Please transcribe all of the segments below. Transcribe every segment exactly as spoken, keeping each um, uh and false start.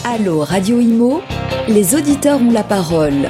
Allo Radio Imo, les auditeurs ont la parole.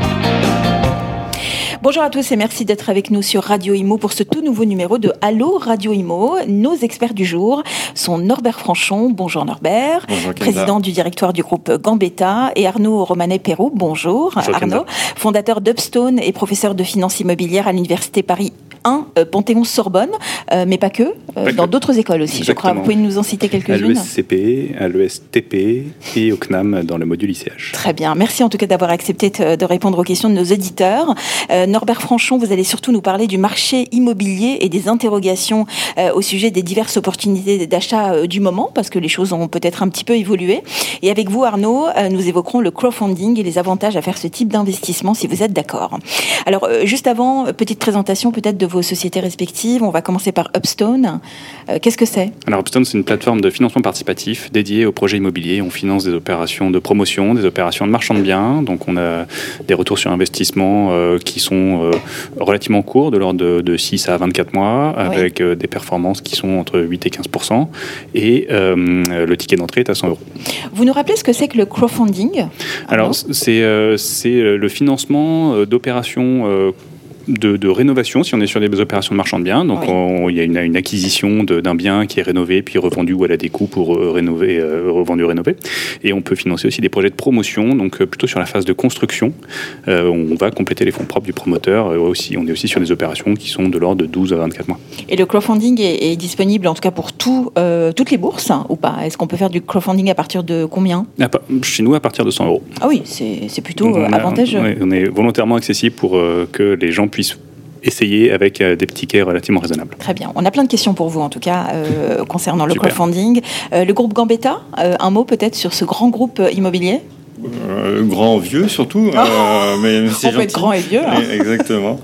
Bonjour à tous et merci d'être avec nous sur Radio Imo pour ce tout nouveau numéro de Allo Radio Imo. Nos experts du jour sont Norbert Franchon. Bonjour Norbert. Bonjour, président du directoire du groupe Gambetta, et Arnaud Romanet-Perroux. Bonjour, Bonjour Arnaud. Kenza. Fondateur d'Upstone et professeur de finance immobilière à l'Université Paris un, euh, Panthéon-Sorbonne, euh, mais pas que, euh, Pas dans que. d'autres écoles aussi, Exactement. je crois. Vous pouvez nous en citer À quelques-unes? l'E S C P, à l'E S T P et au C N A M dans le module I C H. Très bien. Merci en tout cas d'avoir accepté de répondre aux questions de nos auditeurs. Euh, Norbert Franchon, vous allez surtout nous parler du marché immobilier et des interrogations euh, au sujet des diverses opportunités d'achat euh, du moment, parce que les choses ont peut-être un petit peu évolué. Et avec vous, Arnaud, euh, nous évoquerons le crowdfunding et les avantages à faire ce type d'investissement, si vous êtes d'accord. Alors, euh, juste avant, petite présentation peut-être de vos sociétés respectives. On va commencer par Upstone. Euh, qu'est-ce que c'est? Alors Upstone, c'est une plateforme de financement participatif dédiée aux projets immobiliers. On finance des opérations de promotion, des opérations de marchand de biens. Donc on a des retours sur investissement euh, qui sont euh, relativement courts, de l'ordre de, de six à vingt-quatre mois, Oui. avec euh, des performances qui sont entre huit et quinze pour cent. Et euh, le ticket d'entrée est à cent euros. Vous nous rappelez ce que c'est que le crowdfunding? Alors Arnaud c'est euh, c'est le financement euh, d'opérations euh, De, de rénovation, si on est sur des opérations de marchand de biens. Donc, Oui. on- il y a une, une acquisition de- d'un bien qui est rénové, puis revendu ou à la découpe pour euh, rénover, euh, revendu, rénové. Et on peut financer aussi des projets de promotion, donc euh, plutôt sur la phase de construction. Euh, on va compléter les fonds propres du promoteur. Euh, aussi, on est aussi sur des opérations qui sont de l'ordre de douze à vingt-quatre mois. Et le crowdfunding est, est disponible en tout cas pour tout, euh, toutes les bourses, hein, ou pas? Est-ce qu'on peut faire du crowdfunding à partir de combien? À pa- Chez nous, à partir de cent euros. Ah oui, c'est c'est plutôt Donc, euh, on a- avantageux. ouais, on est volontairement accessible pour euh, que les gens puissent essayer avec euh, des tickets relativement raisonnables. Très bien. On a plein de questions pour vous, en tout cas, euh, concernant le Super. crowdfunding. Euh, le groupe Gambetta, euh, un mot peut-être sur ce grand groupe euh, immobilier? Euh, grand vieux surtout, euh, mais c'est On peut gentil. être grand et vieux, hein. Oui, exactement.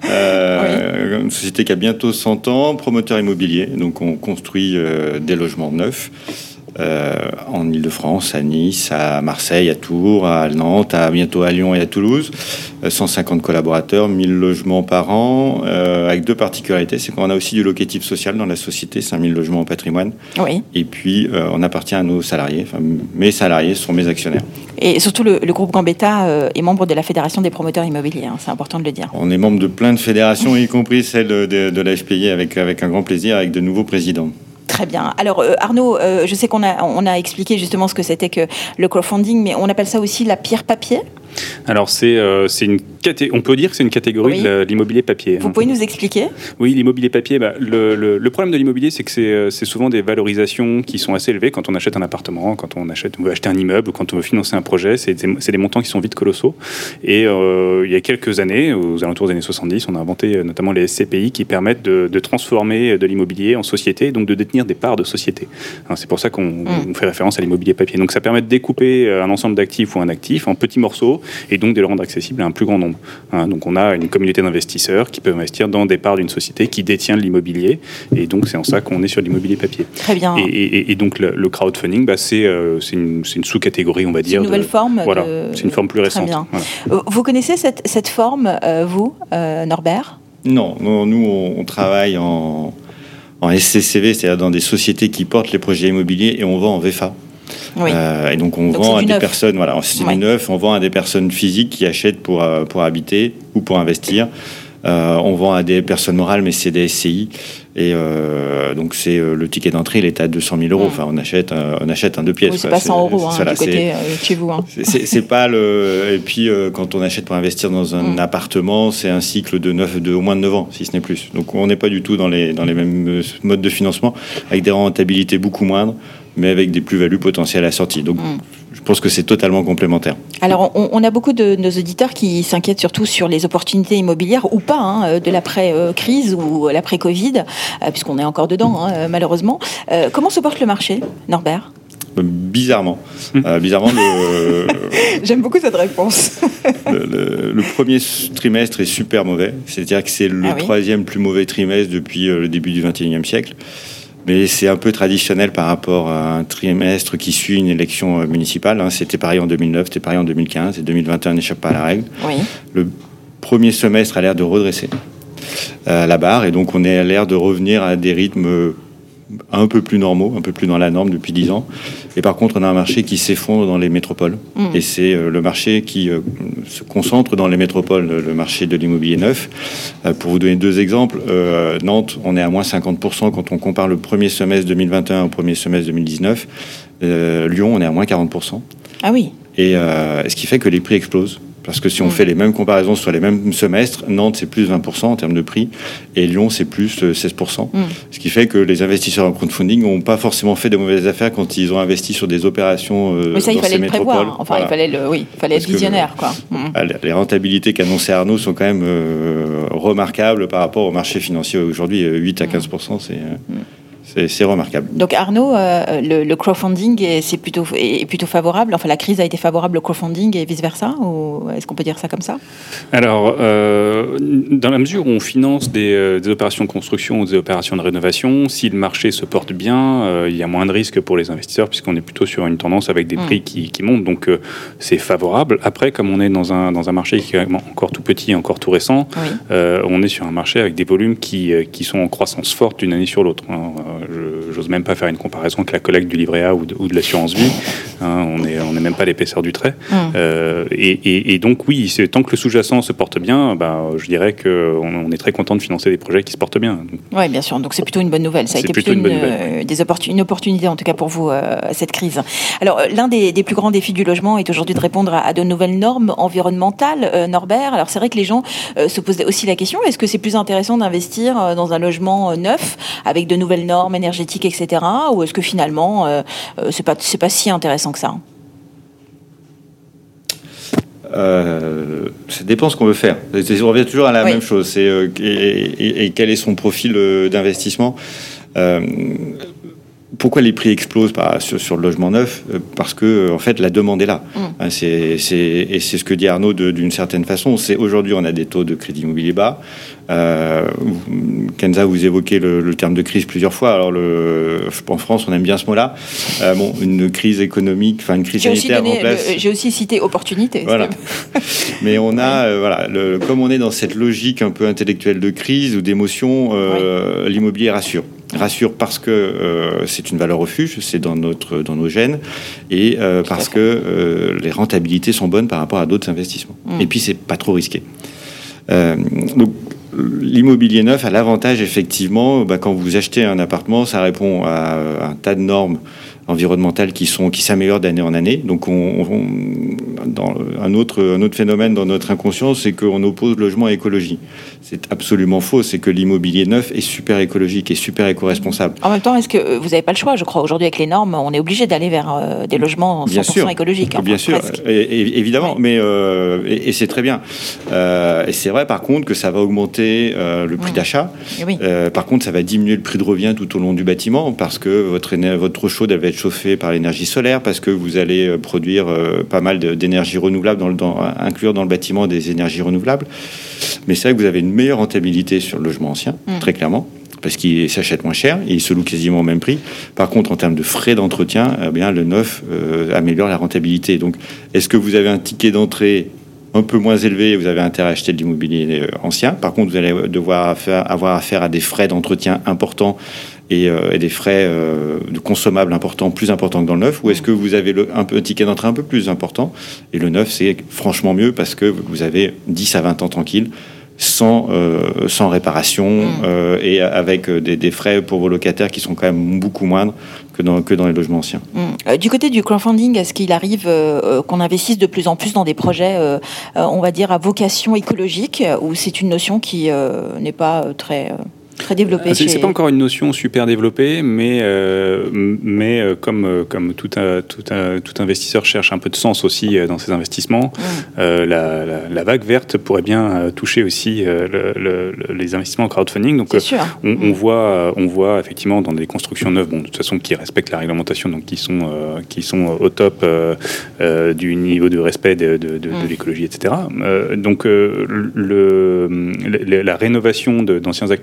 Euh, Une société qui a bientôt cent ans, promoteur immobilier, donc on construit euh, des logements neufs euh, en Ile-de-France, à Nice, à Marseille, à Tours, à Nantes, à bientôt à Lyon et à Toulouse. Euh, cent cinquante collaborateurs, mille logements par an, euh, avec deux particularités, c'est qu'on a aussi du locatif social dans la société, cinq mille logements en patrimoine, Oui. et puis euh, on appartient à nos salariés, enfin mes salariés sont mes actionnaires. Et surtout, le, le groupe Gambetta euh, est membre de la Fédération des promoteurs immobiliers, hein, c'est important de le dire. On est membre de plein de fédérations, y compris celle de, de, de la F P I, avec, avec un grand plaisir, avec de nouveaux présidents. Très bien. Alors, euh, Arnaud, euh, je sais qu'on a, on a expliqué justement ce que c'était que le crowdfunding, mais on appelle ça aussi la pierre papier. Alors, c'est, euh, c'est une caté- on peut dire que c'est une catégorie Oui. de la- l'immobilier papier. Vous hein. pouvez nous expliquer? Oui, l'immobilier papier, bah, le, le- le problème de l'immobilier, c'est que c'est, euh, c'est souvent des valorisations qui sont assez élevées quand on achète un appartement, quand on, achète, on veut acheter un immeuble, quand on veut financer un projet. C'est des, c'est des montants qui sont vite colossaux. Et euh, il y a quelques années, aux alentours des années soixante-dix, on a inventé euh, notamment les S C P I qui permettent de, de transformer de l'immobilier en société, donc de détenir des parts de société. Hein, c'est pour ça qu'on Mm. on fait référence à l'immobilier papier. Donc ça permet de découper euh, un ensemble d'actifs ou un actif en petits morceaux et donc de le rendre accessible à un plus grand nombre. Hein, donc on a une communauté d'investisseurs qui peuvent investir dans des parts d'une société qui détient de l'immobilier, et donc c'est en ça qu'on est sur l'immobilier papier. Très bien. Et, et- et donc le, le crowdfunding, bah, c'est, euh, c'est, une, c'est une sous-catégorie, on va C'est dire. une nouvelle de- forme. Voilà, de- c'est une forme plus Très récente. bien. Voilà. Euh, Vous connaissez cette, cette forme, euh, vous, euh, Norbert? Non, non, nous, on, on travaille en, en S C C V, c'est-à-dire dans des sociétés qui portent les projets immobiliers, et on vend en V F A. Oui. Euh, et donc on Donc vend c'est à du des neuf. personnes, voilà, c'est Ouais. du neuf, on vend à des personnes physiques qui achètent pour, euh, pour habiter ou pour investir. Euh, on vend à des personnes morales, mais c'est des S C I. Et euh, donc c'est euh, le ticket d'entrée, il est à deux cent mille euros. Mm. Enfin, on achète, un, on achète un deux pièces. Oui, c'est quoi. pas cent euros hein, voilà, du c'est- côté euh, de chez vous. Hein. c'est- C'est c'est pas le. Et puis, euh, quand on achète pour investir dans un Mm. appartement, c'est un cycle de, neuf, de au moins de neuf ans, si ce n'est plus. Donc, on n'est pas du tout dans les, dans les mêmes euh, modes de financement, avec des rentabilités beaucoup moindres, mais avec des plus-values potentielles à la sortie. Donc, Mm. je pense que c'est totalement complémentaire. Alors, on, on a beaucoup de nos auditeurs qui s'inquiètent surtout sur les opportunités immobilières ou pas hein, de l'après-crise ou l'après-Covid, euh, puisqu'on est encore dedans, hein, malheureusement. Euh, comment se porte le marché, Norbert? Euh, Bizarrement. Euh, bizarrement, le, J'aime beaucoup cette réponse. le, le- le premier trimestre est super mauvais. C'est-à-dire que c'est le Ah oui. troisième plus mauvais trimestre depuis euh, le début du vingt et unième siècle. Mais c'est un peu traditionnel par rapport à un trimestre qui suit une élection euh, municipale. hein. C'était pareil en deux mille neuf, c'était pareil en deux mille quinze, et deux mille vingt et un n'échappe pas à la règle. Oui. Le premier semestre a l'air de redresser euh, la barre, et donc on est à l'air de revenir à des rythmes un peu plus normaux, un peu plus dans la norme depuis dix ans. Et par contre, on a un marché qui s'effondre dans les métropoles. Mmh. Et c'est euh, le marché qui euh, se concentre dans les métropoles, le marché de l'immobilier neuf. Euh, pour vous donner deux exemples, euh, Nantes, on est à moins cinquante pour cent quand on compare le premier semestre deux mille vingt et un au premier semestre deux mille dix-neuf. Euh, Lyon, on est à moins quarante pour cent. Ah oui. Et euh, ce qui fait que les prix explosent. Parce que si on mmh. fait les mêmes comparaisons sur les mêmes semestres, Nantes, c'est plus vingt pour cent en termes de prix, et Lyon, c'est plus seize pour cent. Mmh. Ce qui fait que les investisseurs en crowdfunding n'ont pas forcément fait de mauvaises affaires quand ils ont investi sur des opérations euh, Mais ça, dans il fallait ces le métropoles. prévoir. Enfin, voilà. il fallait, le, oui, il fallait être visionnaire. Le, quoi. Mmh. Les rentabilités qu'annonçait Arnaud sont quand même euh, remarquables par rapport au marché financier aujourd'hui. huit à quinze pour cent, c'est... Euh, mmh. C'est, c'est remarquable. Donc Arnaud, euh, le, le crowdfunding est, c'est plutôt, est plutôt favorable. Enfin, la crise a été favorable au crowdfunding et vice-versa, ou est-ce qu'on peut dire ça comme ça ? Alors, euh, dans la mesure où on finance des, euh, des opérations de construction ou des opérations de rénovation, si le marché se porte bien, euh, il y a moins de risques pour les investisseurs puisqu'on est plutôt sur une tendance avec des prix mmh. qui, qui montent. Donc, euh, c'est favorable. Après, comme on est dans un, dans un marché qui est encore tout petit, encore tout récent, oui. euh, on est sur un marché avec des volumes qui, qui sont en croissance forte d'une année sur l'autre. Hein. Je, j'ose même pas faire une comparaison avec la collecte du livret A ou de, ou de l'assurance vie. Hein, on n'est on est même pas l'épaisseur du trait. Mmh. Euh, et, et, et donc oui, c'est, tant que le sous-jacent se porte bien, bah, je dirais qu'on on est très content de financer des projets qui se portent bien. Oui, bien sûr. Donc c'est plutôt une bonne nouvelle. Ça a c'est été plutôt, plutôt une, une, euh, des opportun- une opportunité en tout cas pour vous euh, cette crise. Alors l'un des, des plus grands défis du logement est aujourd'hui de répondre à, à de nouvelles normes environnementales. Euh, Norbert, alors c'est vrai que les gens euh, se posent aussi la question, est-ce que c'est plus intéressant d'investir euh, dans un logement euh, neuf avec de nouvelles normes énergétiques, et cetera, ou est-ce que finalement euh, c'est pas c'est pas si intéressant que ça? Euh, ça dépend ce qu'on veut faire. On revient toujours à la oui. même chose. C'est euh, et, et, et quel est son profil euh, d'investissement. Euh, Pourquoi les prix explosent par, sur, sur le logement neuf ? Parce que en fait la demande est là. Mmh. Hein, c'est, c'est, et c'est ce que dit Arnaud de, d'une certaine façon. C'est aujourd'hui on a des taux de crédit immobilier bas. Euh, Kenza, vous évoquez le, le terme de crise plusieurs fois. Alors le, en France, on aime bien ce mot-là. Euh, bon, une crise économique, enfin une crise j'ai sanitaire aussi donné, remplace. Le, j'ai aussi cité opportunité. Voilà. Mais on a, euh, voilà, le, comme on est dans cette logique un peu intellectuelle de crise ou d'émotion, euh, oui. l'immobilier rassure. Rassure parce que euh, c'est une valeur refuge, c'est dans notre dans nos gènes, et euh, parce que euh, les rentabilités sont bonnes par rapport à d'autres investissements. Mmh. Et puis c'est pas trop risqué. Euh, donc l'immobilier neuf a l'avantage effectivement, bah, quand vous achetez un appartement, ça répond à, à un tas de normes environnementales qui sont qui s'améliorent d'année en année. Donc on, on, dans un autre un autre phénomène dans notre inconscient, c'est qu'on oppose logement et écologie. C'est absolument faux. C'est que l'immobilier neuf est super écologique et super éco-responsable. En même temps, est-ce que vous n'avez pas le choix ? Je crois aujourd'hui avec les normes, on est obligé d'aller vers euh, des logements cent pour cent bien sûr, écologiques. Enfin, bien sûr, et, et, évidemment. Oui. Mais euh, et, et c'est très bien. Euh, et c'est vrai par contre que ça va augmenter euh, le prix mmh. d'achat. Oui. Euh, par contre, ça va diminuer le prix de revient tout au long du bâtiment parce que votre votre eau chaude elle va être chauffée par l'énergie solaire, parce que vous allez produire euh, pas mal de, d'énergie renouvelable, dans le, dans, inclure dans le bâtiment des énergies renouvelables. Mais c'est vrai que vous avez une meilleure rentabilité sur le logement ancien, mmh. très clairement, parce qu'il s'achète moins cher et il se loue quasiment au même prix. Par contre, en termes de frais d'entretien, eh bien, le neuf euh, améliore la rentabilité. Donc, est-ce que vous avez un ticket d'entrée un peu moins élevé, vous avez intérêt à acheter de l'immobilier ancien. Par contre, vous allez devoir faire, avoir affaire à des frais d'entretien importants et, euh, et des frais euh, de consommables importants, plus importants que dans le neuf. Ou est-ce que vous avez le, un, peu, un ticket d'entrée un peu plus important et le neuf, c'est franchement mieux parce que vous avez dix à vingt ans tranquille, sans, euh, sans réparation mmh. euh, et avec des, des frais pour vos locataires qui sont quand même beaucoup moindres que dans, que dans les logements anciens. Mmh. Euh, du côté du crowdfunding, est-ce qu'il arrive euh, qu'on investisse de plus en plus dans des projets, euh, on va dire, à vocation écologique, ou c'est une notion qui euh, n'est pas très... Euh très développé. C'est, chez... c'est pas encore une notion super développée, mais euh, mais euh, comme euh, comme tout un, tout un, tout investisseur cherche un peu de sens aussi euh, dans ses investissements, mmh. euh, la, la, la vague verte pourrait bien euh, toucher aussi euh, le, le, les investissements en crowdfunding. Donc euh, on, mmh. on voit on voit effectivement dans des constructions neuves, bon de toute façon qui respectent la réglementation, donc qui sont euh, qui sont au top euh, euh, du niveau de respect de, de, de, mmh. de l'écologie, et cetera. Euh, donc euh, le, le la rénovation de, d'anciens actifs, c'est aussi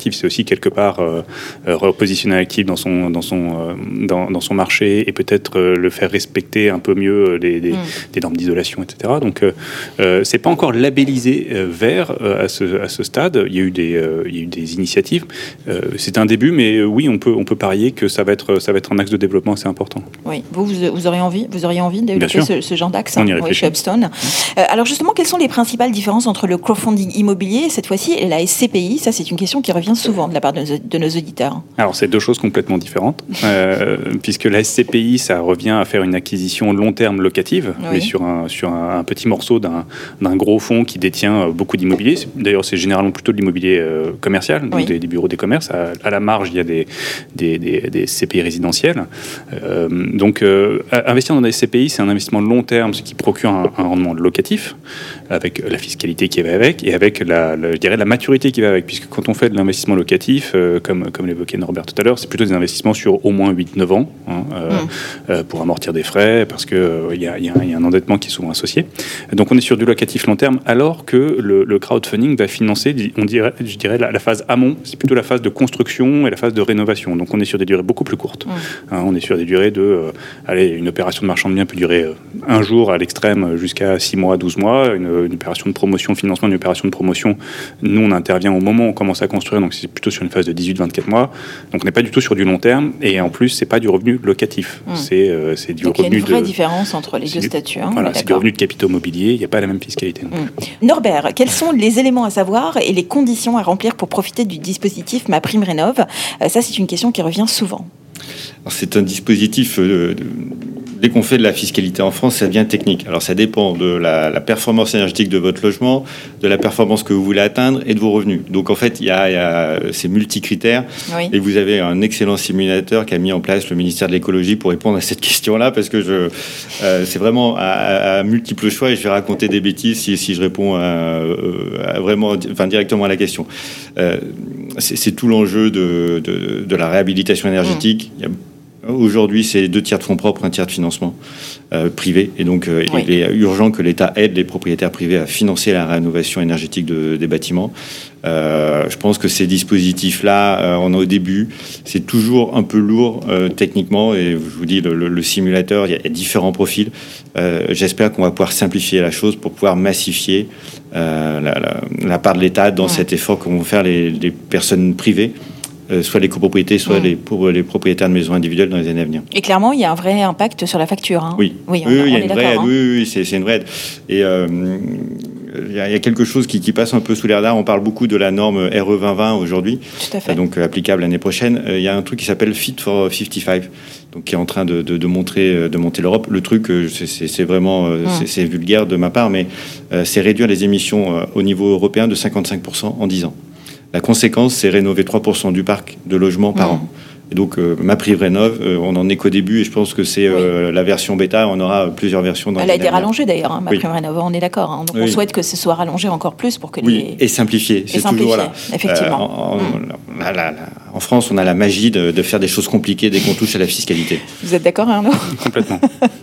aussi quelque part euh, repositionner l'actif dans son, dans, son, euh, dans, dans son marché et peut-être euh, le faire respecter un peu mieux les, les, mmh. les normes d'isolation, et cetera. Donc, euh, euh, c'est pas encore labellisé euh, vert euh, à, ce, à ce stade. Il y a eu des, euh, il y a eu des initiatives. Euh, c'est un début, mais euh, oui, on peut, on peut parier que ça va être, ça va être un axe de développement assez important. Oui, vous, vous, vous auriez envie, vous auriez envie de développer ce, ce genre d'axe On y oui, chez Upstone. Euh, alors justement, quelles sont les principales différences entre le crowdfunding immobilier cette fois-ci et la S C P I? Ça, c'est une question qui revient souvent de la part de nos, de nos auditeurs. Alors, c'est deux choses complètement différentes, euh, puisque la S C P I, ça revient à faire une acquisition long terme locative, oui. mais sur un, sur un, un petit morceau d'un, d'un gros fonds qui détient beaucoup d'immobilier. D'ailleurs, c'est généralement plutôt de l'immobilier euh, commercial, donc oui. des, des bureaux des commerces. À, à la marge, il y a des, des, des, des C P I résidentiels. Euh, donc, euh, investir dans des S C P I, c'est un investissement de long terme, ce qui procure un, un rendement locatif, avec la fiscalité qui va avec, et avec la, la, je dirais, la maturité qui va avec, puisque quand on fait de l'investissement locatif, euh, comme, comme l'évoquait Norbert tout à l'heure, c'est plutôt des investissements sur au moins huit neuf ans, hein, euh, mmh. euh, pour amortir des frais, parce qu'il euh, y, y, y a un endettement qui est souvent associé. Donc on est sur du locatif long terme, alors que le, le crowdfunding va financer, on dirait, je dirais, la, la phase amont, c'est plutôt la phase de construction et la phase de rénovation. Donc on est sur des durées beaucoup plus courtes. Mmh. Hein, on est sur des durées de, euh, allez, une opération de marchand de biens peut durer euh, un jour à l'extrême jusqu'à six mois, douze mois. Une, une opération de promotion, financement d'une opération de promotion, nous on intervient au moment où on commence à construire, donc c'est plutôt sur une phase de dix-huit à vingt-quatre mois. Donc on n'est pas du tout sur du long terme, et en plus c'est pas du revenu locatif. Mmh. C'est, euh, c'est du donc revenu de... il y a une vraie de... différence entre les deux du... statuts. Hein, voilà, c'est du revenu de capitaux mobiliers, il n'y a pas la même fiscalité. Mmh. Norbert, quels sont les éléments à savoir et les conditions à remplir pour profiter du dispositif MaPrimeRénov'? euh, Ça, c'est une question qui revient souvent. Alors, c'est un dispositif... Euh, de... Dès qu'on fait de la fiscalité en France, ça devient technique. Alors ça dépend de la, la performance énergétique de votre logement, de la performance que vous voulez atteindre et de vos revenus. Donc en fait, il y a, il y a ces multicritères. Oui. Et vous avez un excellent simulateur qu'a mis en place le ministère de l'écologie pour répondre à cette question-là, parce que je, euh, c'est vraiment à, à multiples choix, et je vais raconter des bêtises si, si je réponds à, à vraiment, enfin directement à la question. Euh, c'est, c'est tout l'enjeu de, de, de la réhabilitation énergétique. Mmh. Il y a Aujourd'hui, c'est deux tiers de fonds propres, un tiers de financement euh, privé. Et donc, euh, oui. il est urgent que l'État aide les propriétaires privés à financer la rénovation énergétique de, des bâtiments. Euh, je pense que ces dispositifs-là, euh, on est au début, c'est toujours un peu lourd euh, techniquement. Et je vous dis, le, le, le simulateur, il y, a, il y a différents profils. Euh, j'espère qu'on va pouvoir simplifier la chose pour pouvoir massifier euh, la, la, la part de l'État dans ouais. cet effort que vont faire les, les personnes privées. Soit les copropriétés, soit mmh. les, pour les propriétaires de maisons individuelles dans les années à venir. Et clairement, il y a un vrai impact sur la facture. Hein. Oui, oui, on, oui, on il y a est une d'accord. vraie aide. Hein. Oui, oui, c'est, c'est une vraie aide. Et euh, il y, a, il y a quelque chose qui, qui passe un peu sous les radars. On parle beaucoup de la norme R E vingt vingt aujourd'hui, tout à fait. donc euh, applicable l'année prochaine. Euh, il y a un truc qui s'appelle Fit for cinquante-cinq, donc qui est en train de, de, de montrer, de monter l'Europe. Le truc, c'est, c'est, c'est vraiment, mmh. c'est, c'est vulgaire de ma part, mais euh, c'est réduire les émissions euh, au niveau européen de cinquante-cinq pour cent en dix ans. La conséquence, c'est rénover trois pour cent du parc de logements par mmh. an. Et donc, euh, MaPrimeRénov', euh, on en est qu'au début, et je pense que c'est euh, oui. la version bêta. On aura plusieurs versions dans Elle a été rallongée d'ailleurs, hein, MaPrimeRénov', oui. on est d'accord. Hein. Donc, oui. on souhaite que ce soit rallongé encore plus pour que oui. les... et simplifié. C'est et simplifié, toujours là. Effectivement. Euh, en, mmh. la, la, la, en France, on a la magie de, de faire des choses compliquées dès qu'on touche à la fiscalité. Vous êtes d'accord, Arnaud? Complètement.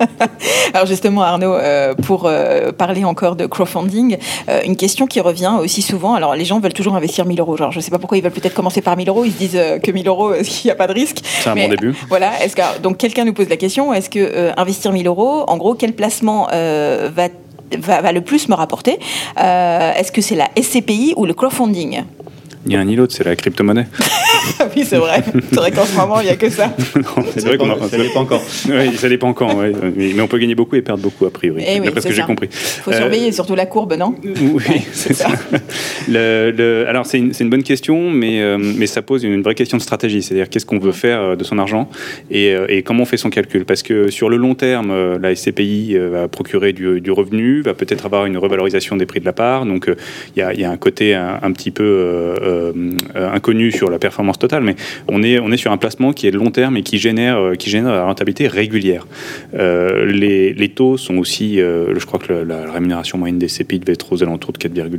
Alors justement, Arnaud, euh, pour euh, parler encore de crowdfunding, euh, une question qui revient aussi souvent. Alors, les gens veulent toujours investir mille euros. Genre, je ne sais pas pourquoi ils veulent peut-être commencer par mille euros. Ils se disent euh, que mille euros, il n'y a pas de risque. C'est un mais, bon début. Voilà. Est-ce que, donc, quelqu'un nous pose la question, est-ce que euh, investir mille euros, en gros, quel placement euh, va, va, va le plus me rapporter? euh, Est-ce que c'est la S C P I ou le crowdfunding? Il y a un ni l'autre, c'est la crypto-monnaie. Oui, c'est vrai. C'est vrai qu'en ce moment, il n'y a que ça. Non, c'est vrai qu'on a... Ça dépend encore. Oui, ça dépend encore, ouais. Mais on peut gagner beaucoup et perdre beaucoup, a priori. Et d'après oui, ce que ça. j'ai compris. Il faut euh... surveiller surtout la courbe, non? Oui, c'est, c'est ça. ça. Le, le... Alors, c'est une, c'est une bonne question, mais, euh, mais ça pose une vraie question de stratégie. C'est-à-dire, qu'est-ce qu'on veut faire de son argent et, et comment on fait son calcul? Parce que sur le long terme, la S C P I va procurer du, du revenu, va peut-être avoir une revalorisation des prix de la part. Donc, il euh, y, a, y a un côté un, un petit peu euh, euh, inconnu sur la performance totale, mais on est, on est sur un placement qui est de long terme et qui génère, qui génère la rentabilité régulière. Euh, les, les taux sont aussi, euh, je crois que la, la rémunération moyenne des C P I devait être aux alentours de quatre virgule trois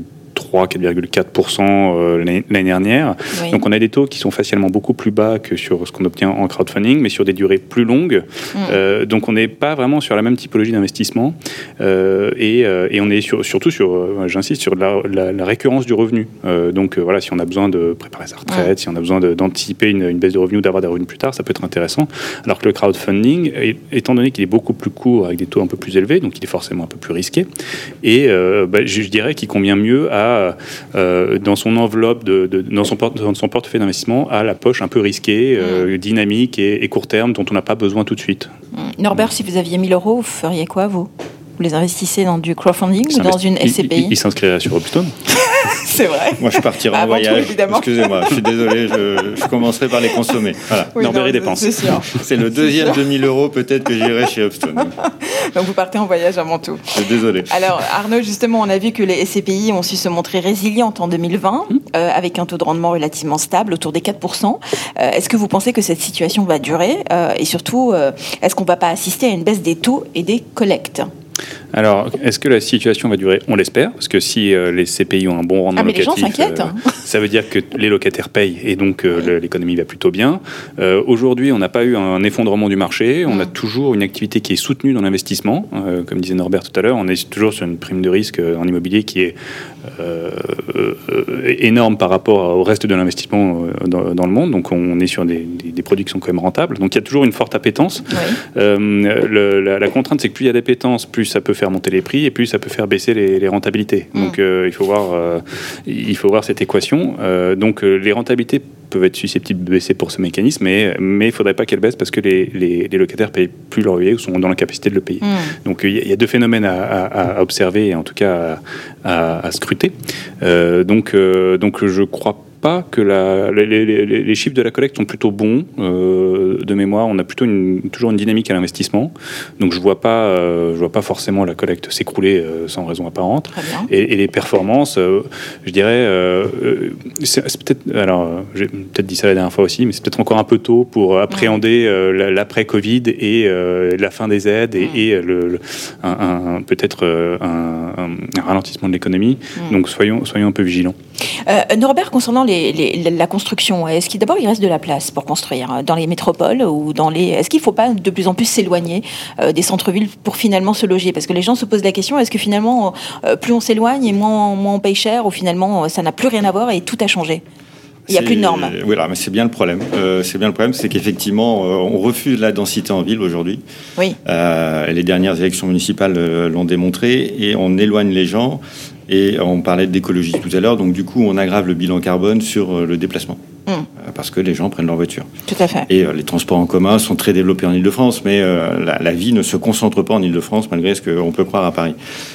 trois, quatre virgule quatre pour cent euh, l'année, l'année dernière. Oui. Donc on a des taux qui sont facialement beaucoup plus bas que sur ce qu'on obtient en crowdfunding, mais sur des durées plus longues. Mmh. Euh, donc on n'est pas vraiment sur la même typologie d'investissement euh, et, euh, et on est sur, surtout sur, euh, j'insiste, sur la, la, la récurrence du revenu. Euh, donc euh, voilà, si on a besoin de préparer sa retraite, mmh. si on a besoin de, d'anticiper une, une baisse de revenus, d'avoir des revenus plus tard, ça peut être intéressant. Alors que le crowdfunding, étant donné qu'il est beaucoup plus court avec des taux un peu plus élevés, donc il est forcément un peu plus risqué, et euh, bah, je, je dirais qu'il convient mieux à, euh, dans son enveloppe, de, de, dans, son port, dans son portefeuille d'investissement, à la poche un peu risquée, euh, mmh. dynamique et, et court terme, dont on n'a pas besoin tout de suite. Mmh. Norbert, mmh. si vous aviez mille euros, vous feriez quoi, vous ? Vous les investissez dans du crowdfunding ou dans une S C P I ? Il, il, il s'inscrirait sur Upstone. C'est vrai. Moi, je partirai en voyage. Tout, excusez-moi, je suis désolé, je, je commencerai par les consommer. Voilà. Oui, Norbert et dépense. C'est sûr. C'est le deuxième c'est deux mille euros peut-être que j'irai chez Upstone. Donc vous partez en voyage avant tout. Je suis désolé. Alors Arnaud, justement, on a vu que les S C P I ont su se montrer résilientes en deux mille vingt, mmh. euh, avec un taux de rendement relativement stable, autour des quatre pour cent. Euh, est-ce que vous pensez que cette situation va durer euh, et surtout, euh, est-ce qu'on ne va pas assister à une baisse des taux et des collectes ? Alors, est-ce que la situation va durer ? On l'espère, parce que si euh, les C P I ont un bon rendement ah, mais locatif, les gens s'inquiètent. Euh, ça veut dire que les locataires payent et donc euh, oui. l'économie va plutôt bien. Euh, aujourd'hui, on n'a pas eu un effondrement du marché, on mmh. a toujours une activité qui est soutenue dans l'investissement. Euh, comme disait Norbert tout à l'heure, on est toujours sur une prime de risque en immobilier qui est euh, euh, énorme par rapport au reste de l'investissement dans, dans le monde. Donc, on est sur des, des, des produits qui sont quand même rentables. Donc, il y a toujours une forte appétence. Oui. Euh, le, la, la contrainte, c'est que plus il y a d'appétence, plus ça peut faire monter les prix et plus ça peut faire baisser les, les rentabilités. Mmh. Donc euh, il faut voir, euh, il faut voir cette équation. Euh, donc euh, les rentabilités peuvent être susceptibles de baisser pour ce mécanisme, mais mais il faudrait pas qu'elles baissent parce que les, les, les locataires payent plus leur loyer ou sont dans l'incapacité de le payer. Mmh. Donc il y, y a deux phénomènes à, à, à observer et en tout cas à, à, à scruter. Euh, donc euh, donc je crois pas que la, les, les, les chiffres de la collecte sont plutôt bons euh, de mémoire. On a plutôt une, toujours une dynamique à l'investissement. Donc je vois pas, euh, je vois pas forcément la collecte s'écrouler euh, sans raison apparente. Et, et les performances, euh, je dirais, euh, c'est, c'est peut-être, alors j'ai peut-être dit ça la dernière fois aussi, mais c'est peut-être encore un peu tôt pour appréhender euh, l'après-Covid et euh, la fin des aides et, mmh. et le, le, un, un, peut-être un, un, un ralentissement de l'économie. Mmh. Donc soyons, soyons un peu vigilants. Euh, Norbert, concernant les, les, la construction, est-ce qu'il d'abord il reste de la place pour construire dans les métropoles ou dans les est-ce qu'il ne faut pas de plus en plus s'éloigner euh, des centres-villes pour finalement se loger, parce que les gens se posent la question, est-ce que finalement euh, plus on s'éloigne et moins, moins on paye cher, ou finalement ça n'a plus rien à voir et tout a changé? Il n'y a plus de normes. Oui, mais c'est bien le problème. Euh, c'est bien le problème, c'est qu'effectivement, euh, on refuse la densité en ville aujourd'hui. Oui. Euh, les dernières élections municipales euh, l'ont démontré, et on éloigne les gens. Et on parlait d'écologie tout à l'heure, donc du coup, on aggrave le bilan carbone sur euh, le déplacement. Mmh. Euh, parce que les gens prennent leur voiture. Tout à fait. Et euh, les transports en commun sont très développés en Ile-de-France, mais euh, la, la vie ne se concentre pas en Ile-de-France, malgré ce qu'on peut croire à Paris.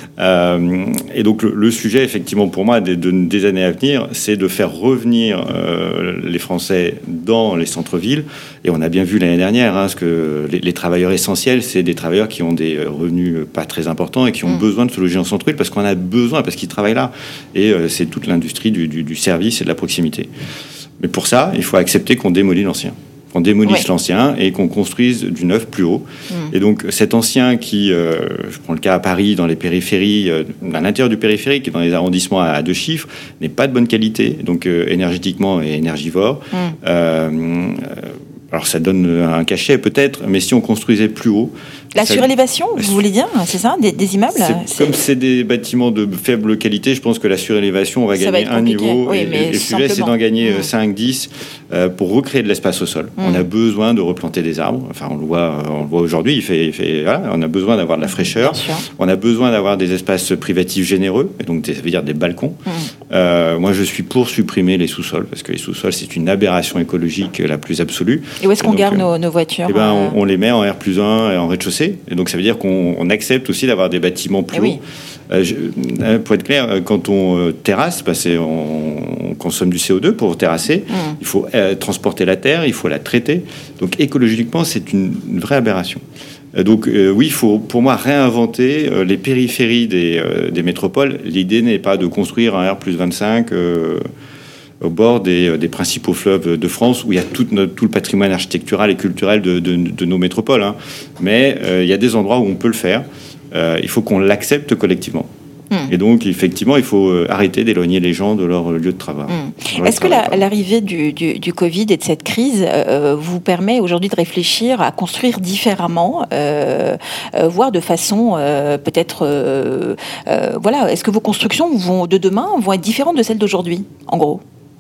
Euh, et donc le, le sujet, effectivement, pour moi, des, de, des années à venir, c'est de faire revenir euh, les Français dans les centres-villes. Et on a bien vu l'année dernière, hein, parce que les, les travailleurs essentiels, c'est des travailleurs qui ont des revenus pas très importants et qui ont mmh. besoin de se loger en centre-ville parce qu'on a besoin, parce qu'ils travaillent là. Et euh, c'est toute l'industrie du, du, du service et de la proximité. Mais pour ça, il faut accepter qu'on démolit l'ancien. Qu'on démolisse oui. l'ancien et qu'on construise du neuf plus haut. Mmh. Et donc cet ancien qui, euh, je prends le cas à Paris, dans les périphéries, euh, à l'intérieur du périphérique, dans les arrondissements à, à deux chiffres, n'est pas de bonne qualité, donc euh, énergétiquement et énergivore. Mmh. Euh, alors ça donne un cachet peut-être, mais si on construisait plus haut... La ça... surélévation, vous voulez dire, c'est ça, des, des immeubles c'est, c'est... Comme c'est des bâtiments de faible qualité, je pense que la surélévation, on va ça gagner va un niveau. Oui, et, mais et le sujet, c'est d'en gagner mmh. cinq dix euh, pour recréer de l'espace au sol. Mmh. On a besoin de replanter des arbres. Enfin, on le voit, on le voit aujourd'hui. Il fait, il fait, voilà, on a besoin d'avoir de la fraîcheur. On a besoin d'avoir des espaces privatifs généreux, et donc ça veut dire des balcons. Mmh. Euh, moi, je suis pour supprimer les sous-sols, parce que les sous-sols, c'est une aberration écologique la plus absolue. Et où est-ce et qu'on donc, garde euh, nos, nos voitures eh ben, euh... on, on les met en R plus un et en rez-de-chaussée. Et donc, ça veut dire qu'on on accepte aussi d'avoir des bâtiments plus eh hauts. Oui. Euh, je, pour être clair, quand on euh, terrasse, parce qu'on on consomme du C O deux pour terrasser, mmh. il faut euh, transporter la terre, il faut la traiter. Donc écologiquement, c'est une, une vraie aberration. Euh, donc euh, oui, il faut pour moi réinventer euh, les périphéries des, euh, des métropoles. L'idée n'est pas de construire un R plus vingt-cinq euh, au bord des, des principaux fleuves de France, où il y a tout, notre, tout le patrimoine architectural et culturel de, de, de nos métropoles. Hein. Mais euh, il y a des endroits où on peut le faire. Euh, il faut qu'on l'accepte collectivement. Mmh. Mmh. Et donc, effectivement, il faut arrêter d'éloigner les gens de leur lieu de travail. Mmh. Est-ce que la, l'arrivée du, du, du Covid et de cette crise euh, vous permet aujourd'hui de réfléchir à construire différemment, euh, euh, voire de façon euh, peut-être... Euh, euh, voilà, est-ce que vos constructions vont, de demain vont être différentes de celles d'aujourd'hui, en gros ?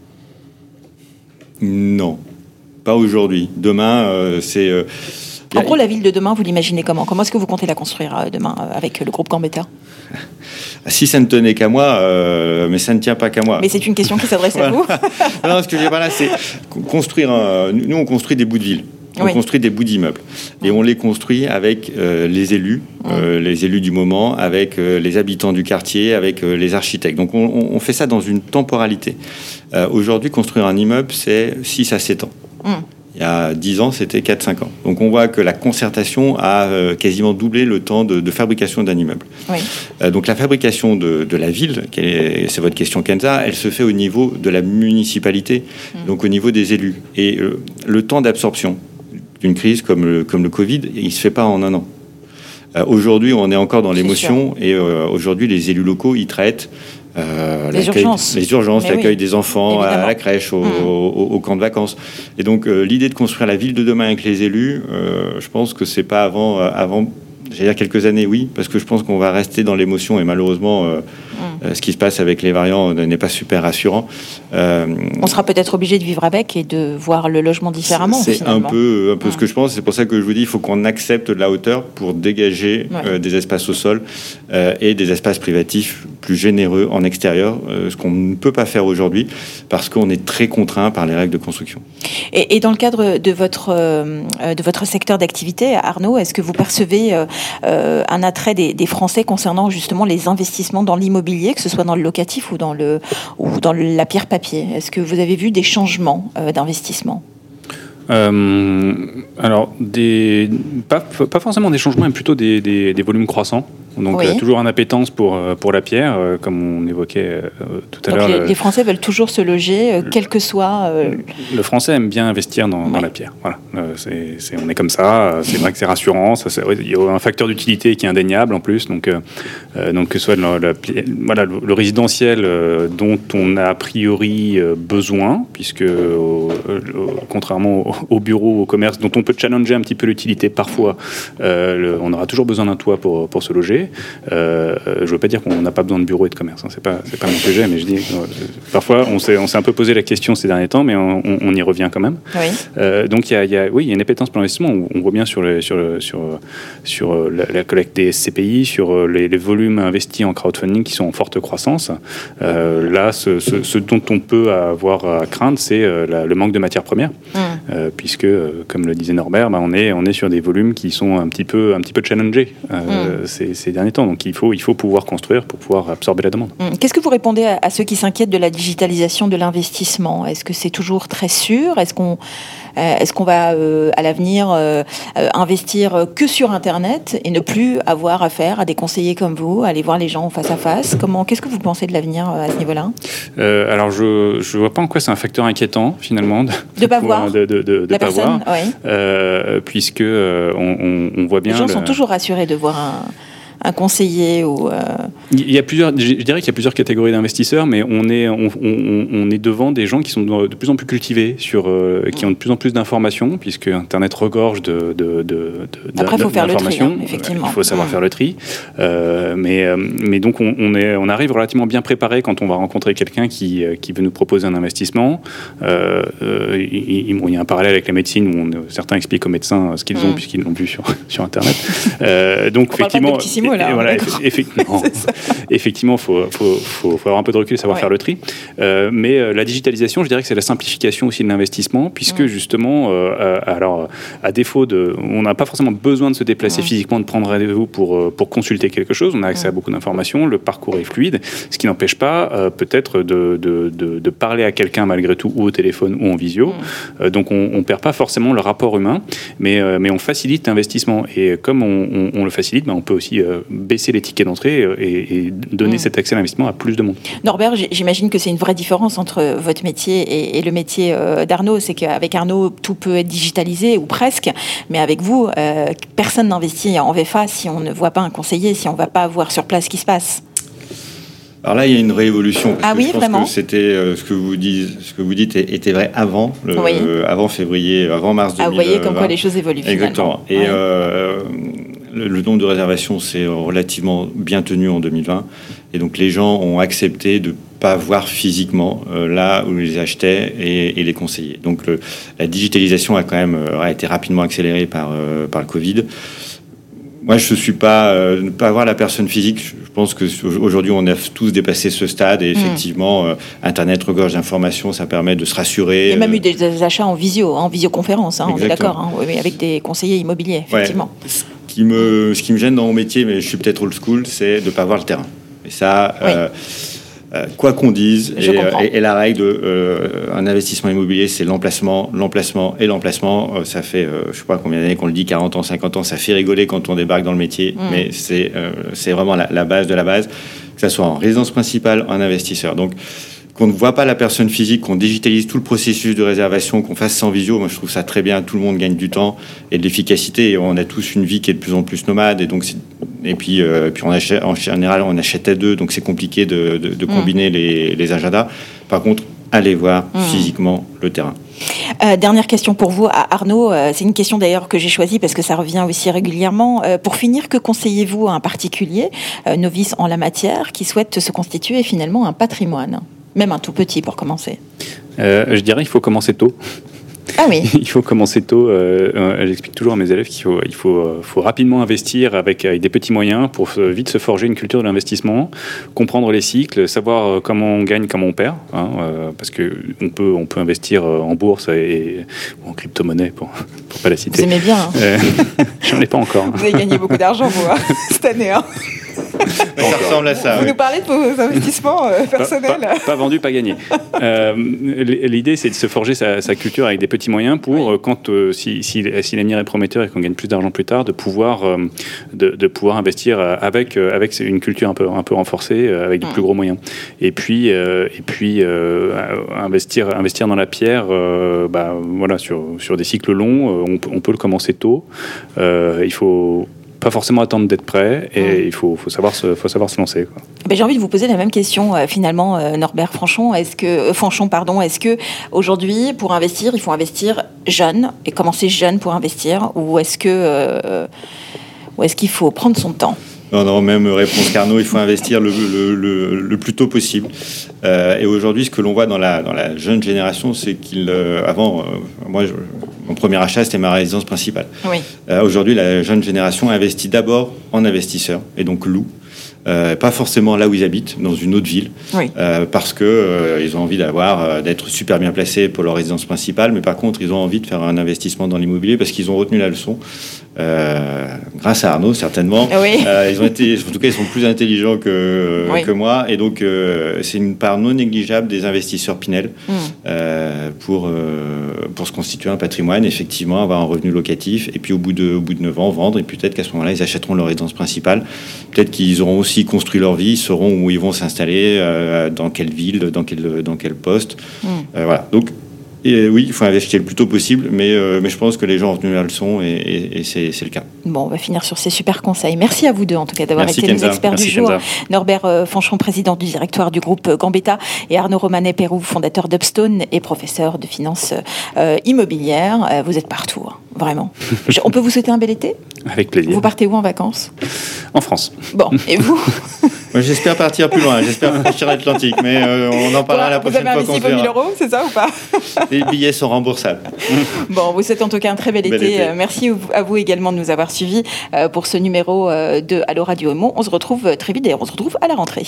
Non, pas aujourd'hui. Demain, euh, c'est... Euh, En gros, la ville de demain, vous l'imaginez comment ? Comment est-ce que vous comptez la construire demain avec le groupe Gambetta ? Si ça ne tenait qu'à moi, euh, mais ça ne tient pas qu'à moi. Mais c'est une question qui s'adresse voilà. à vous. Non, ce que je veux dire par là, c'est construire. Un, nous, on construit des bouts de ville. On oui. construit des bouts d'immeubles. Et on les construit avec euh, les élus, euh, les élus du moment, avec euh, les habitants du quartier, avec euh, les architectes. Donc on, on fait ça dans une temporalité. Euh, aujourd'hui, construire un immeuble, c'est six à sept ans. Mm. Il y a dix ans, c'était quatre à cinq ans. Donc on voit que la concertation a euh, quasiment doublé le temps de, de fabrication d'un immeuble. Oui. Euh, donc la fabrication de, de la ville, est, c'est votre question Kenza, elle se fait au niveau de la municipalité, mmh. donc au niveau des élus. Et euh, le temps d'absorption d'une crise comme le, comme le Covid, il ne se fait pas en un an. Euh, aujourd'hui, on est encore dans c'est l'émotion sûr. Et euh, aujourd'hui, les élus locaux, ils traitent Euh, les urgences, les urgences l'accueil oui, des enfants évidemment. À la crèche, au, mmh. au, au camp de vacances. Et donc, euh, l'idée de construire la ville de demain avec les élus, euh, je pense que c'est pas avant, euh, avant, j'allais dire quelques années, oui, parce que je pense qu'on va rester dans l'émotion et malheureusement, euh, mmh. euh, ce qui se passe avec les variants n'est pas super rassurant. Euh, On sera peut-être obligé de vivre avec et de voir le logement différemment. C'est finalement. un peu, un peu mmh. ce que je pense. C'est pour ça que je vous dis, il faut qu'on accepte de la hauteur pour dégager ouais. euh, des espaces au sol euh, et des espaces privatifs plus généreux en extérieur, euh, ce qu'on ne peut pas faire aujourd'hui parce qu'on est très contraint par les règles de construction. Et, et dans le cadre de votre, euh, de votre secteur d'activité, Arnaud, est-ce que vous percevez euh, euh, un attrait des, des Français concernant justement les investissements dans l'immobilier, que ce soit dans le locatif ou dans, le, ou dans la pierre papier ? Est-ce que vous avez vu des changements euh, d'investissement ? Euh, alors, des, pas, pas forcément des changements, mais plutôt des, des, des volumes croissants. Donc, oui. euh, toujours une appétence pour, pour la pierre, euh, comme on évoquait euh, tout à Donc l'heure. Les, le, les Français veulent toujours se loger, euh, quel que soit... Euh... Le Français aime bien investir dans, ouais. dans la pierre. Voilà. Euh, c'est, c'est, on est comme ça, c'est vrai que c'est rassurant. Ça, c'est, il y a un facteur d'utilité qui est indéniable en plus. Donc, euh, donc que ce soit la, la, voilà, le, le résidentiel euh, dont on a a priori euh, besoin, puisque euh, euh, contrairement au, au bureau, au commerce, dont on peut challenger un petit peu l'utilité parfois, euh, le, on aura toujours besoin d'un toit pour, pour se loger. Euh, je ne veux pas dire qu'on n'a pas besoin de bureau et de commerce, hein, c'est pas, c'est pas mon sujet, mais je dis euh, parfois on s'est, on s'est un peu posé la question ces derniers temps, mais on, on, on y revient quand même. Oui. Euh, donc il y a, y a, oui, il y a une appétence pour l'investissement. On, on voit bien sur, le, sur, le, sur, sur la, la collecte des C P I, sur les, les volumes investis en crowdfunding qui sont en forte croissance. Euh, là, ce, ce, ce dont on peut avoir à craindre, c'est euh, la, le manque de matières premières, mmh. euh, puisque, euh, comme le disait Norbert, bah, on est, on est sur des volumes qui sont un petit peu, un petit peu challengés. Euh, mmh. c'est, c'est derniers temps. Donc il faut, il faut pouvoir construire pour pouvoir absorber la demande. Qu'est-ce que vous répondez à, à ceux qui s'inquiètent de la digitalisation de l'investissement ? Est-ce que c'est toujours très sûr ? Est-ce qu'on, euh, est-ce qu'on va euh, à l'avenir euh, euh, investir que sur Internet et ne plus avoir affaire à des conseillers comme vous, aller voir les gens face à face ? Comment, qu'est-ce que vous pensez de l'avenir à ce niveau-là ? euh, Alors je ne vois pas en quoi c'est un facteur inquiétant finalement de ne pas voir de, de, de, de la pas personne, voir, oui. euh, puisque euh, on, on, on voit bien. Les gens le... sont toujours rassurés de voir un un conseiller ou euh... il y a plusieurs, je dirais qu'il y a plusieurs catégories d'investisseurs, mais on est, on, on, on est devant des gens qui sont de plus en plus cultivés, sur, euh, qui ont de plus en plus d'informations, puisque Internet regorge de, de, de, de Après, il faut faire le tri, hein, effectivement. Il faut savoir mmh. faire le tri. Euh, mais, mais donc, on, on, est, on arrive relativement bien préparé quand on va rencontrer quelqu'un qui, qui veut nous proposer un investissement. Euh, il, il, bon, il y a un parallèle avec la médecine où on, certains expliquent aux médecins ce qu'ils mmh. ont, puisqu'ils l'ont vu sur, sur Internet. Euh, donc, on effectivement. Là, et voilà, effectivement, effectivement, faut, faut, faut, faut avoir un peu de recul, savoir ouais. faire le tri. Euh, mais euh, la digitalisation, je dirais que c'est la simplification aussi de l'investissement, puisque mmh. justement, euh, alors, à défaut de, on n'a pas forcément besoin de se déplacer mmh. physiquement, de prendre rendez-vous pour pour consulter quelque chose. On a accès mmh. à beaucoup d'informations, le parcours est fluide, ce qui n'empêche pas euh, peut-être de, de, de, de parler à quelqu'un malgré tout, ou au téléphone ou en visio. Mmh. Euh, donc, on, on perd pas forcément le rapport humain, mais euh, mais on facilite l'investissement. Et comme on, on, on le facilite, ben, on peut aussi euh, baisser les tickets d'entrée et, et donner mmh. cet accès à l'investissement à plus de monde. Norbert, j'imagine que c'est une vraie différence entre votre métier et, et le métier euh, d'Arnaud. C'est qu'avec Arnaud, tout peut être digitalisé, ou presque, mais avec vous, euh, personne n'investit en V F A si on ne voit pas un conseiller, si on ne va pas voir sur place ce qui se passe. Alors là, il y a une réévolution. Parce ah que oui, je pense vraiment. que c'était euh, ce que vous dites, ce que vous dites était vrai avant, le, oui. euh, avant février, avant mars deux mille vingt. Ah, vous voyez comme quoi les choses évoluent. Exactement. Finalement. Et ouais. euh, le, le nombre de réservations s'est relativement bien tenu en deux mille vingt, et donc les gens ont accepté de pas voir physiquement euh, là où ils les achetaient et, et les conseiller. Donc le, la digitalisation a quand même euh, a été rapidement accélérée par euh, par le Covid. Moi, je ne suis pas euh, ne pas avoir la personne physique. Je pense que aujourd'hui, on a tous dépassé ce stade et effectivement, mmh. euh, Internet regorge d'informations, ça permet de se rassurer. Il y a même euh... eu des achats en visio, en visioconférence. Hein, on est d'accord, hein, oui, avec des conseillers immobiliers, effectivement. Ouais. Ce qui me ce qui me gêne dans mon métier, mais je suis peut-être old school, c'est de ne pas voir le terrain. Et ça. Oui. Euh, Euh, quoi qu'on dise, et, et, et la règle de euh, un investissement immobilier, c'est l'emplacement, l'emplacement et l'emplacement. Euh, ça fait, euh, je sais pas combien d'années qu'on le dit, quarante ans, cinquante ans, ça fait rigoler quand on débarque dans le métier, mmh. mais c'est euh, c'est vraiment la, la base de la base, que ça soit en résidence principale, en investisseur. Donc, qu'on ne voit pas la personne physique, qu'on digitalise tout le processus de réservation, qu'on fasse sans visio, moi je trouve ça très bien, tout le monde gagne du temps et de l'efficacité, et on a tous une vie qui est de plus en plus nomade, et donc c'est... et puis, euh, puis on achète, en général on achète à deux, donc c'est compliqué de, de, de combiner mmh. les, les agendas. Par contre, allez voir mmh. physiquement le terrain. Euh, dernière question pour vous, Arnaud. Euh, c'est une question d'ailleurs que j'ai choisie parce que ça revient aussi régulièrement. Euh, pour finir, que conseillez-vous à un particulier, euh, novice en la matière, qui souhaite se constituer finalement un patrimoine ? Même un tout petit pour commencer. Euh, je dirais qu'il faut commencer tôt. Ah oui. Il faut commencer tôt. Euh, j'explique toujours à mes élèves qu'il faut, il faut, euh, faut rapidement investir avec, avec des petits moyens pour euh, vite se forger une culture de l'investissement, comprendre les cycles, savoir euh, comment on gagne, comment on perd. Hein, euh, parce qu'on peut, on peut investir euh, en bourse et, et, ou en crypto-monnaie, pour ne pas la citer. Vous aimez bien. Hein. Euh, j'en ai pas encore. Vous avez gagné beaucoup d'argent, vous, hein, cette année. Hein. Ça ressemble à ça. Vous oui. nous parlez de vos investissements euh, personnels. Pas, pas, pas vendu, pas gagné. Euh, l'idée, c'est de se forger sa, sa culture avec des petits moyens pour, oui. euh, quand, euh, si, si, si l'avenir est prometteur et qu'on gagne plus d'argent plus tard, de pouvoir, euh, de, de pouvoir investir avec, euh, avec une culture un peu, un peu renforcée, euh, avec de mmh. plus gros moyens. Et puis, euh, et puis euh, investir, investir dans la pierre, euh, bah, voilà, sur, sur des cycles longs, euh, on, on peut le commencer tôt. Euh, il faut pas forcément attendre d'être prêt, et mmh. il faut, faut, savoir se, faut savoir se lancer, quoi. Ben, j'ai envie de vous poser la même question euh, finalement, euh, Norbert Franchon. Est-ce que, euh, Fanchon, pardon, est-ce que aujourd'hui, pour investir, il faut investir jeune et commencer jeune pour investir, ou est-ce que, euh, ou est-ce qu'il faut prendre son temps? Non, non, même réponse qu'Arnaud, il faut investir le, le, le, le plus tôt possible. Euh, et aujourd'hui, ce que l'on voit dans la, dans la jeune génération, c'est qu'il, euh, avant, euh, moi, je, mon premier achat, c'était ma résidence principale. Oui. Euh, aujourd'hui, la jeune génération investit d'abord en investisseur, et donc loue. Euh, pas forcément là où ils habitent, dans une autre ville, oui. euh, parce que euh, ils ont envie d'avoir, euh, d'être super bien placés pour leur résidence principale, mais par contre, ils ont envie de faire un investissement dans l'immobilier parce qu'ils ont retenu la leçon. Euh, grâce à Arnaud, certainement. Oui. Euh, ils ont été, en tout cas, ils sont plus intelligents que, euh, oui. que moi, et donc euh, c'est une part non négligeable des investisseurs Pinel mm. euh, pour, euh, pour se constituer un patrimoine, effectivement, avoir un revenu locatif, et puis au bout de, au bout de neuf ans, vendre, et peut-être qu'à ce moment-là, ils achèteront leur résidence principale. Peut-être qu'ils auront aussi construit leur vie, ils sauront où ils vont s'installer, euh, dans quelle ville, dans quel, dans quel poste. Mm. Euh, voilà. Donc, et oui, il faut investir le plus tôt possible, mais, euh, mais je pense que les gens ont retenu la leçon, et, et, et c'est, c'est le cas. Bon, on va finir sur ces super conseils. Merci à vous deux, en tout cas, d'avoir Merci été Kenza. nos experts Merci du jour. Kenza. Norbert euh, Fanchon, président du directoire du groupe Gambetta, et Arnaud Romanet-Pérou, fondateur d'Upstone et professeur de finances euh, immobilières. Euh, vous êtes partout, hein, vraiment. Je, on peut vous souhaiter un bel été ? Avec plaisir. Vous partez où en vacances ? En France. Bon, et vous ? Moi, j'espère partir plus loin, j'espère franchir l'Atlantique, mais euh, on en parlera la prochaine fois qu'on se verra. Vous avez investi vos mille euros, c'est ça ou pas ? Les billets sont remboursables. Bon, vous souhaitez en tout cas un très bel, bel été. été. Merci à vous également de nous avoir suivis pour ce numéro de Allo Radio Imo. On se retrouve très vite, d'ailleurs, on se retrouve à la rentrée.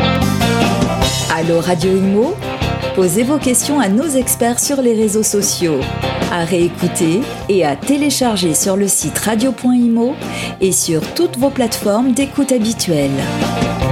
Allo Radio Imo, posez vos questions à nos experts sur les réseaux sociaux. À réécouter et à télécharger sur le site radio point imo et sur toutes vos plateformes d'écoute habituelles.